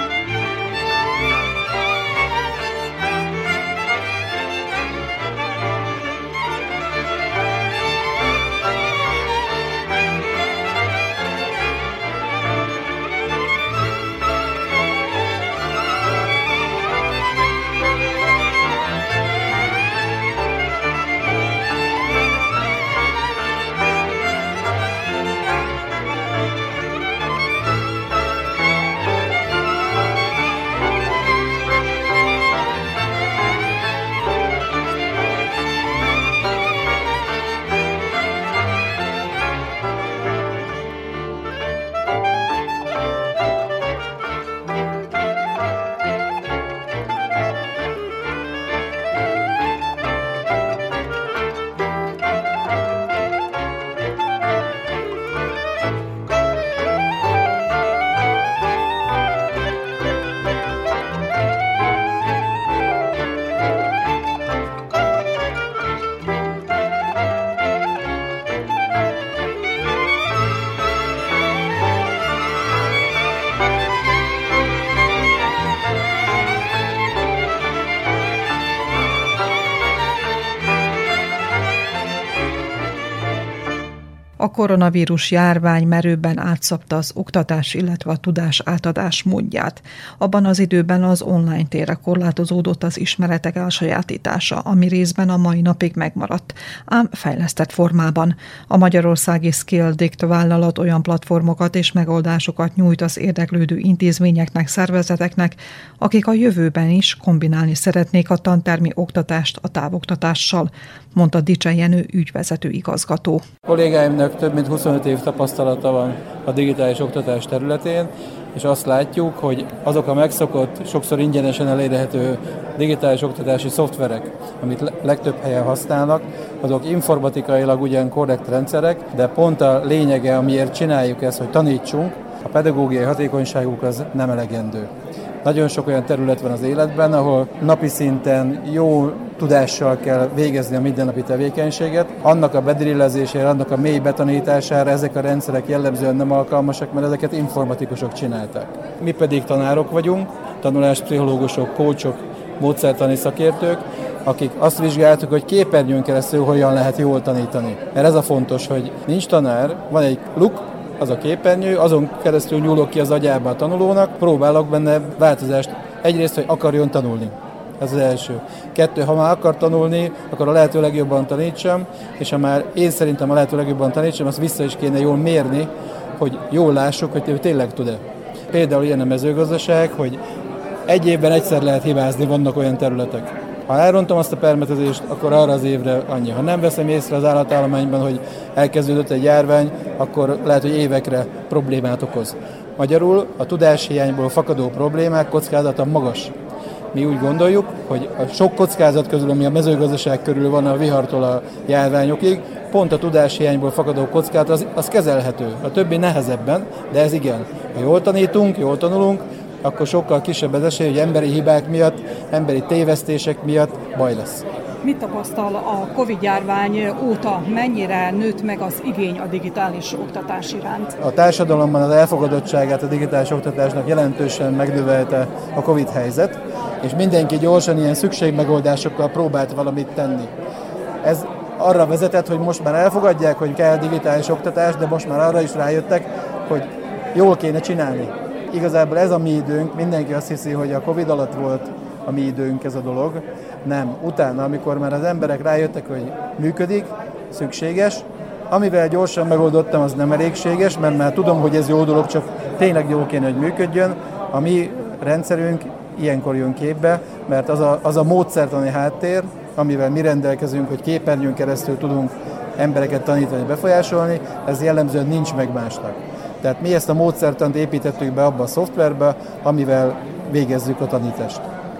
A koronavírus járvány merőben átszabta az oktatás, illetve a tudás átadás módját. Abban az időben az online térre korlátozódott az ismeretek elsajátítása, ami részben a mai napig megmaradt, ám fejlesztett formában. A magyarországi Skilldict vállalat olyan platformokat és megoldásokat nyújt az érdeklődő intézményeknek, szervezeteknek, akik a jövőben is kombinálni szeretnék a tantermi oktatást a távoktatással, mondta Dicse Jenő ügyvezető igazgató. Kollégáimnak több mint huszonöt év tapasztalata van a digitális oktatás területén, és azt látjuk, hogy azok a megszokott, sokszor ingyenesen elérhető digitális oktatási szoftverek, amit legtöbb helyen használnak, azok informatikailag ugyan korrekt rendszerek, de pont a lényege, amiért csináljuk ezt, hogy tanítsunk, a pedagógiai hatékonyságuk az nem elegendő. Nagyon sok olyan terület van az életben, ahol napi szinten jó tudással kell végezni a mindennapi tevékenységet. Annak a bedrillezésére, annak a mély betanítására ezek a rendszerek jellemzően nem alkalmasak, mert ezeket informatikusok csinálták. Mi pedig tanárok vagyunk, tanuláspszichológusok, coachok, módszertani szakértők, akik azt vizsgáltuk, hogy képernyőn keresztül hogyan lehet jól tanítani. Mert ez a fontos, hogy nincs tanár, van egy luk, az a képernyő, azon keresztül nyúlok ki az agyába a tanulónak, próbálok benne változást. Egyrészt, hogy akarjon tanulni. Ez az első. Kettő, ha már akar tanulni, akkor a lehető legjobban tanítsam, és ha már én szerintem a lehető legjobban tanítsam, azt vissza is kéne jól mérni, hogy jól lássuk, hogy ő tényleg tud-e. Például ilyen a mezőgazdaság, hogy egy évben egyszer lehet hibázni, vannak olyan területek. Ha elrontom azt a permetezést, akkor arra az évre annyi. Ha nem veszem észre az állatállományban, hogy elkezdődött egy járvány, akkor lehet, hogy évekre problémát okoz. Magyarul a tudáshiányból fakadó problémák kockázata magas. Mi úgy gondoljuk, hogy a sok kockázat közül, ami a mezőgazdaság körül van a vihartól a járványokig, pont a tudáshiányból fakadó kockázat az, az kezelhető. A többi nehezebben, de ez igen. Ha jól tanítunk, jól tanulunk, akkor sokkal kisebb az esély, hogy emberi hibák miatt, emberi tévesztések miatt baj lesz. Mit tapasztal a Covid-járvány óta? Mennyire nőtt meg az igény a digitális oktatás iránt? A társadalomban az elfogadottságát a digitális oktatásnak jelentősen megnövelte a Covid helyzet, és mindenki gyorsan ilyen szükségmegoldásokkal próbált valamit tenni. Ez arra vezetett, hogy most már elfogadják, hogy kell digitális oktatás, de most már arra is rájöttek, hogy jól kéne csinálni. Igazából ez a mi időnk, mindenki azt hiszi, hogy a Covid alatt volt a mi időnk ez a dolog. Nem, utána, amikor már az emberek rájöttek, hogy működik, szükséges, amivel gyorsan megoldottam, az nem elégséges, mert már tudom, hogy ez jó dolog, csak tényleg jó kéne, hogy működjön. A mi rendszerünk ilyenkor jön képbe, mert az a, az a módszertani háttér, amivel mi rendelkezünk, hogy képernyőn keresztül tudunk embereket tanítani, befolyásolni, ez jellemzően nincs meg másnak. Tehát mi ezt a módszertant építettük be abba a szoftverbe, amivel végezzük a tanítást.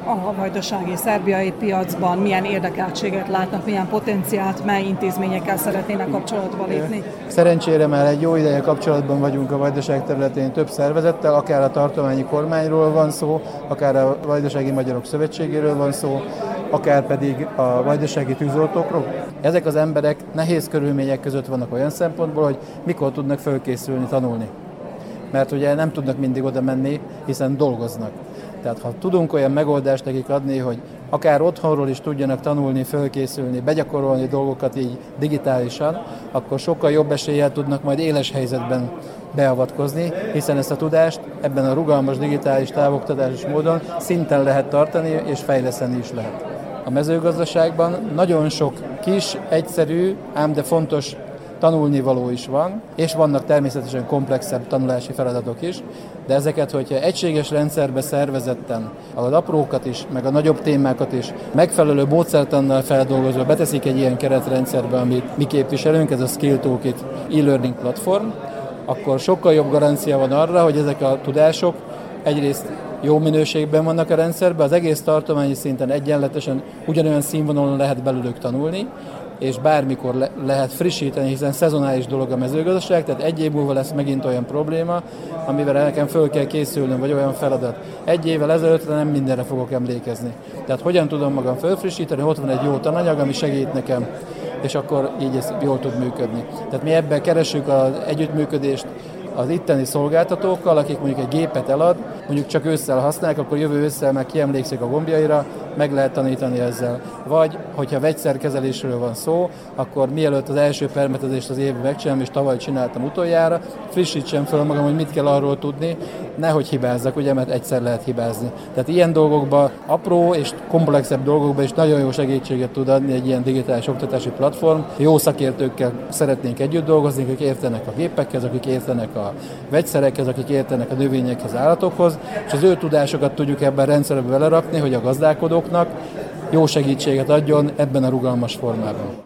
a vajdasági szerbiai piacban, milyen érdekeltséget látnak, milyen potenciált, mely intézményekkel szeretnének kapcsolatba lépni? Szerencsére már egy jó ideje kapcsolatban vagyunk a Vajdaság területén több szervezettel, akár a tartományi kormányról van szó, akár a Vajdasági Magyarok Szövetségéről van szó, akár pedig a vajdasági tűzoltókról. Ezek az emberek nehéz körülmények között vannak olyan szempontból, hogy mikor tudnak fölkészülni, tanulni. Mert ugye nem tudnak mindig oda menni, hiszen dolgoznak. Tehát ha tudunk olyan megoldást nekik adni, hogy akár otthonról is tudjanak tanulni, fölkészülni, begyakorolni dolgokat így digitálisan, akkor sokkal jobb eséllyel tudnak majd éles helyzetben beavatkozni, hiszen ezt a tudást ebben a rugalmas digitális távoktatásos módon szinten lehet tartani és fejleszteni is lehet. A mezőgazdaságban nagyon sok kis, egyszerű, ám de fontos tanulnivaló is van, és vannak természetesen komplexebb tanulási feladatok is, de ezeket, hogyha egységes rendszerbe szervezetten, az aprókat is, meg a nagyobb témákat is megfelelő módszertannal feldolgozva beteszik egy ilyen keretrendszerbe, amit mi képviselünk, ez a Skill Toolkit e-learning platform, akkor sokkal jobb garancia van arra, hogy ezek a tudások egyrészt jó minőségben vannak a rendszerben, az egész tartományi szinten egyenletesen ugyanolyan színvonalon lehet belőlük tanulni, és bármikor le- lehet frissíteni, hiszen szezonális dolog a mezőgazdaság, tehát egy év múlva lesz megint olyan probléma, amivel nekem föl kell készülnöm, vagy olyan feladat. Egy évvel ezelőttre nem mindenre fogok emlékezni. Tehát hogyan tudom magam fölfrissíteni, ott van egy jó tananyag, ami segít nekem, és akkor így ez jól tud működni. Tehát mi ebben keressük az együttműködést az itteni szolgáltatókkal, akik mondjuk egy gépet elad, mondjuk csak ősszel használják, akkor jövő ősszel meg kiemlékszik a gombjaira, meg lehet tanítani ezzel. Vagy, hogyha vegyszerkezelésről van szó, akkor mielőtt az első permetezést az évben megcsinálom, és tavaly csináltam utoljára, frissítsem fel magam, hogy mit kell arról tudni, nehogy hibázzak, ugye, mert egyszer lehet hibázni. Tehát ilyen dolgokban, apró és komplexebb dolgokban is nagyon jó segítséget tud adni egy ilyen digitális oktatási platform. Jó szakértőkkel szeretnénk együtt dolgozni, akik értenek a gépekhez, akik értenek a vegyszerekhez, akik értenek a növényekhez, állatokhoz, és az ő tudásokat tudjuk ebben a rendszerbe belerakni, hogy a gazdálkodóknak jó segítséget adjon ebben a rugalmas formában.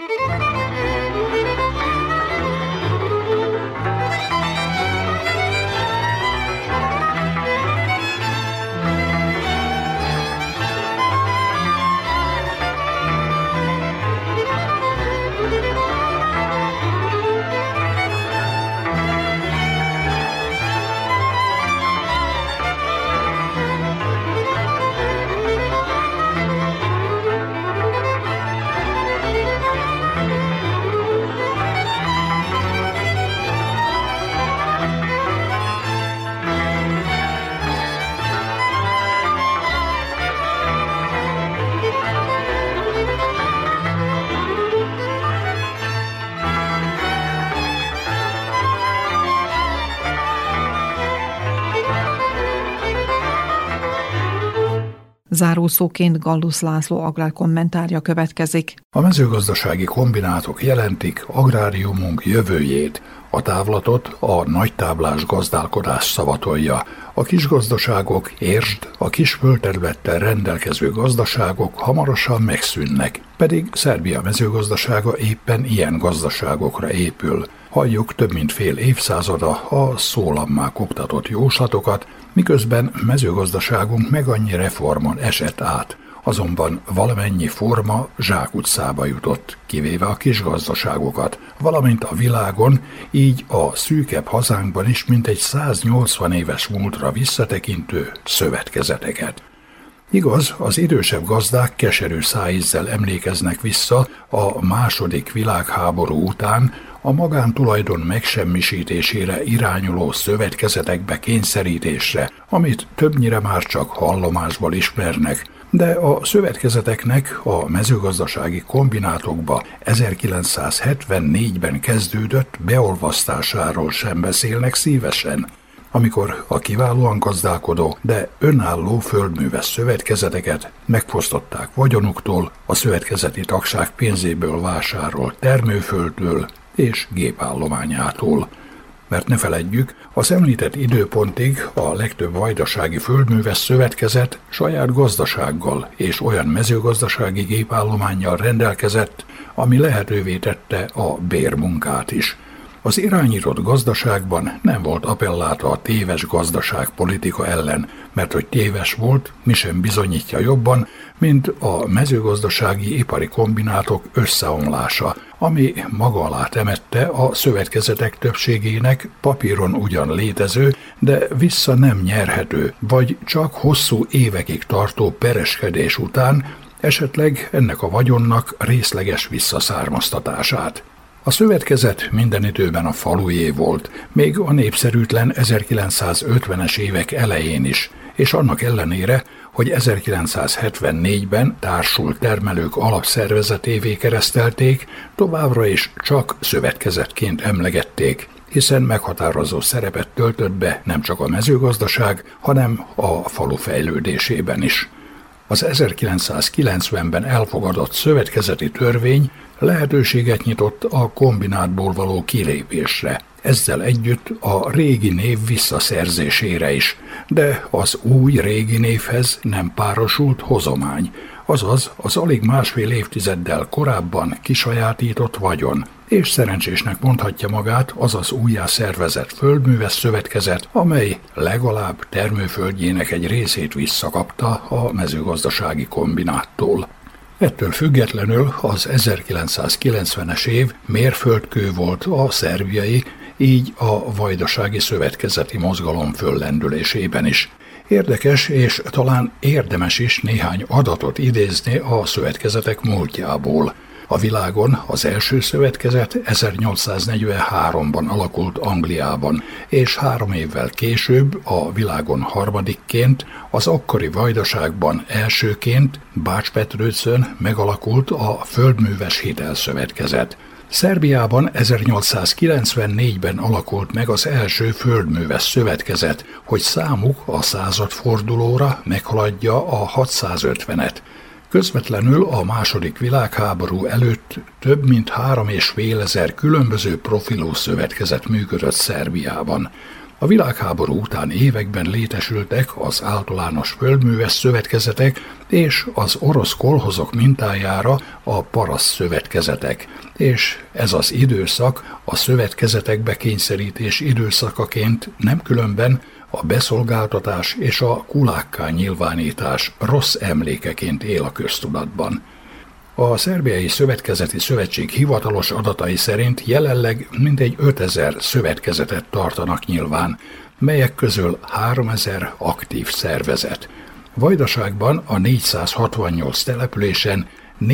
Zárószóként Gallus László agrárkommentárja következik. A mezőgazdasági kombinátok jelentik agráriumunk jövőjét. A távlatot a nagytáblás gazdálkodás szavatolja. A kisgazdaságok, értsd, a kis földterülettel rendelkező gazdaságok hamarosan megszűnnek, pedig Szerbia mezőgazdasága éppen ilyen gazdaságokra épül. Halljuk több mint fél évszázada a szólammá oktatott jóslatokat, miközben mezőgazdaságunk meg annyi reformon esett át. Azonban valamennyi forma zsákutcába jutott, kivéve a kisgazdaságokat, valamint a világon, így a szűkebb hazánkban is mintegy száznyolcvan éves múltra visszatekintő szövetkezeteket. Igaz, az idősebb gazdák keserű szájízzel emlékeznek vissza a második világháború után a magántulajdon megsemmisítésére irányuló szövetkezetekbe kényszerítésre, amit többnyire már csak hallomásból ismernek, de a szövetkezeteknek a mezőgazdasági kombinátokba ezerkilencszázhetvennégyben kezdődött beolvasztásáról sem beszélnek szívesen, amikor a kiválóan gazdálkodó, de önálló földműves szövetkezeteket megfosztották vagyonuktól, a szövetkezeti tagság pénzéből vásárolt termőföldtől és gépállományától. Mert ne feledjük, az említett időpontig a legtöbb vajdasági földműves szövetkezet saját gazdasággal és olyan mezőgazdasági gépállománnyal rendelkezett, ami lehetővé tette a bérmunkát is. Az irányított gazdaságban nem volt appelláta a téves gazdaságpolitika ellen, mert hogy téves volt, mi sem bizonyítja jobban, mint a mezőgazdasági ipari kombinátok összeomlása, ami maga alá temette a szövetkezetek többségének papíron ugyan létező, de vissza nem nyerhető, vagy csak hosszú évekig tartó pereskedés után esetleg ennek a vagyonnak részleges visszaszármaztatását. A szövetkezet minden időben a falujé volt, még a népszerűtlen ezerkilencszázötvenes évek elején is, és annak ellenére, hogy ezerkilencszázhetvennégyben társult termelők alapszervezetévé keresztelték, továbbra is csak szövetkezetként emlegették, hiszen meghatározó szerepet töltött be nem csak a mezőgazdaság, hanem a falu fejlődésében is. Az ezerkilencszázkilencvenben elfogadott szövetkezeti törvény lehetőséget nyitott a kombinátból való kilépésre, ezzel együtt a régi név visszaszerzésére is, de az új régi névhez nem párosult hozomány, azaz az alig másfél évtizeddel korábban kisajátított vagyon, és szerencsésnek mondhatja magát az az újjá szervezett földműves szövetkezet, amely legalább termőföldjének egy részét visszakapta a mezőgazdasági kombináttól. Ettől függetlenül az ezerkilencszázkilencvenes év mérföldkő volt a szerbiai, így a vajdasági szövetkezeti mozgalom föllendülésében is. Érdekes és talán érdemes is néhány adatot idézni a szövetkezetek múltjából. A világon az első szövetkezet ezernyolcszáznegyvenháromban alakult Angliában, és három évvel később a világon harmadikként, az akkori Vajdaságban elsőként Bács-Petrőcön megalakult a Földműves Hitelszövetkezet. Szerbiában ezernyolcszázkilencvennégyben alakult meg az első földműves szövetkezet, hogy számuk a századfordulóra meghaladja a hatszázötvenet. Közvetlenül a második világháború előtt több mint három és fél ezer különböző profilú szövetkezet működött Szerbiában. A világháború után években létesültek az általános földműves szövetkezetek és az orosz kolhozok mintájára a paraszt szövetkezetek, és ez az időszak a szövetkezetekbe kényszerítés időszakaként nem különben a beszolgáltatás és a kulákká nyilvánítás rossz emlékeként él a köztudatban. A Szerbiai Szövetkezeti Szövetség hivatalos adatai szerint jelenleg mintegy ötezer szövetkezetet tartanak nyilván, melyek közül háromezer aktív szervezet. Vajdaságban a négyszázhatvannyolc településen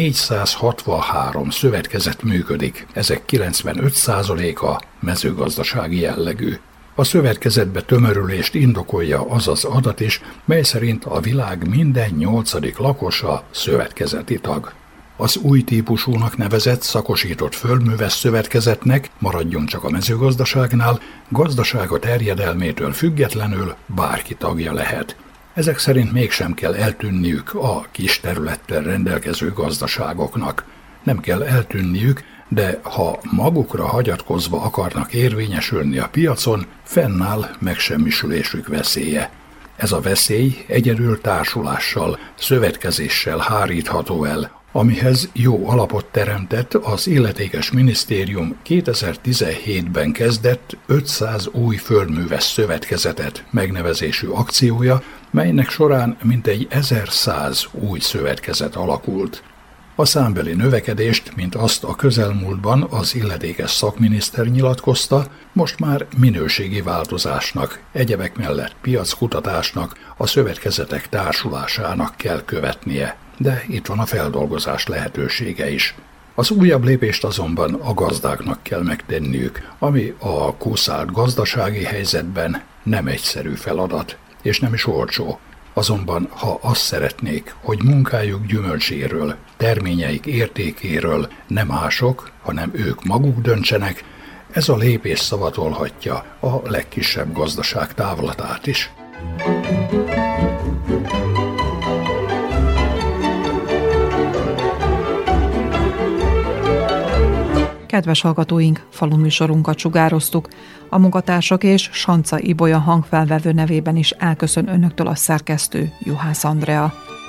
négyszázhatvanhárom szövetkezet működik, ezek kilencvenöt százaléka mezőgazdasági jellegű. A szövetkezetbe tömörülést indokolja az az adat is, mely szerint a világ minden nyolcadik lakosa szövetkezeti tag. Az új típusúnak nevezett szakosított földműves szövetkezetnek, maradjon csak a mezőgazdaságnál, gazdasága terjedelmétől függetlenül bárki tagja lehet. Ezek szerint mégsem kell eltűnniük a kis területtel rendelkező gazdaságoknak. Nem kell eltűnniük, de ha magukra hagyatkozva akarnak érvényesülni a piacon, fennáll megsemmisülésük veszélye. Ez a veszély egyedül társulással, szövetkezéssel hárítható el, amihez jó alapot teremtett az illetékes minisztérium kétezer-tizenhétben kezdett ötszáz új földműves szövetkezetet megnevezésű akciója, melynek során mintegy ezerszáz új szövetkezet alakult. A számbeli növekedést, mint azt a közelmúltban az illetékes szakminiszter nyilatkozta, most már minőségi változásnak, egyebek mellett piackutatásnak, a szövetkezetek társulásának kell követnie. De itt van a feldolgozás lehetősége is. Az újabb lépést azonban a gazdáknak kell megtenniük, ami a kuszált gazdasági helyzetben nem egyszerű feladat, és nem is olcsó. Azonban, ha azt szeretnék, hogy munkájuk gyümölcséről, terményeik értékéről nem mások, hanem ők maguk döntsenek, ez a lépés szavatolhatja a legkisebb gazdaság távlatát is. Kedves hallgatóink, faluműsorunkat sugároztuk. A munkatársak és Sanca Ibolya hangfelvevő nevében is elköszön önöktől a szerkesztő, Juhász Andrea.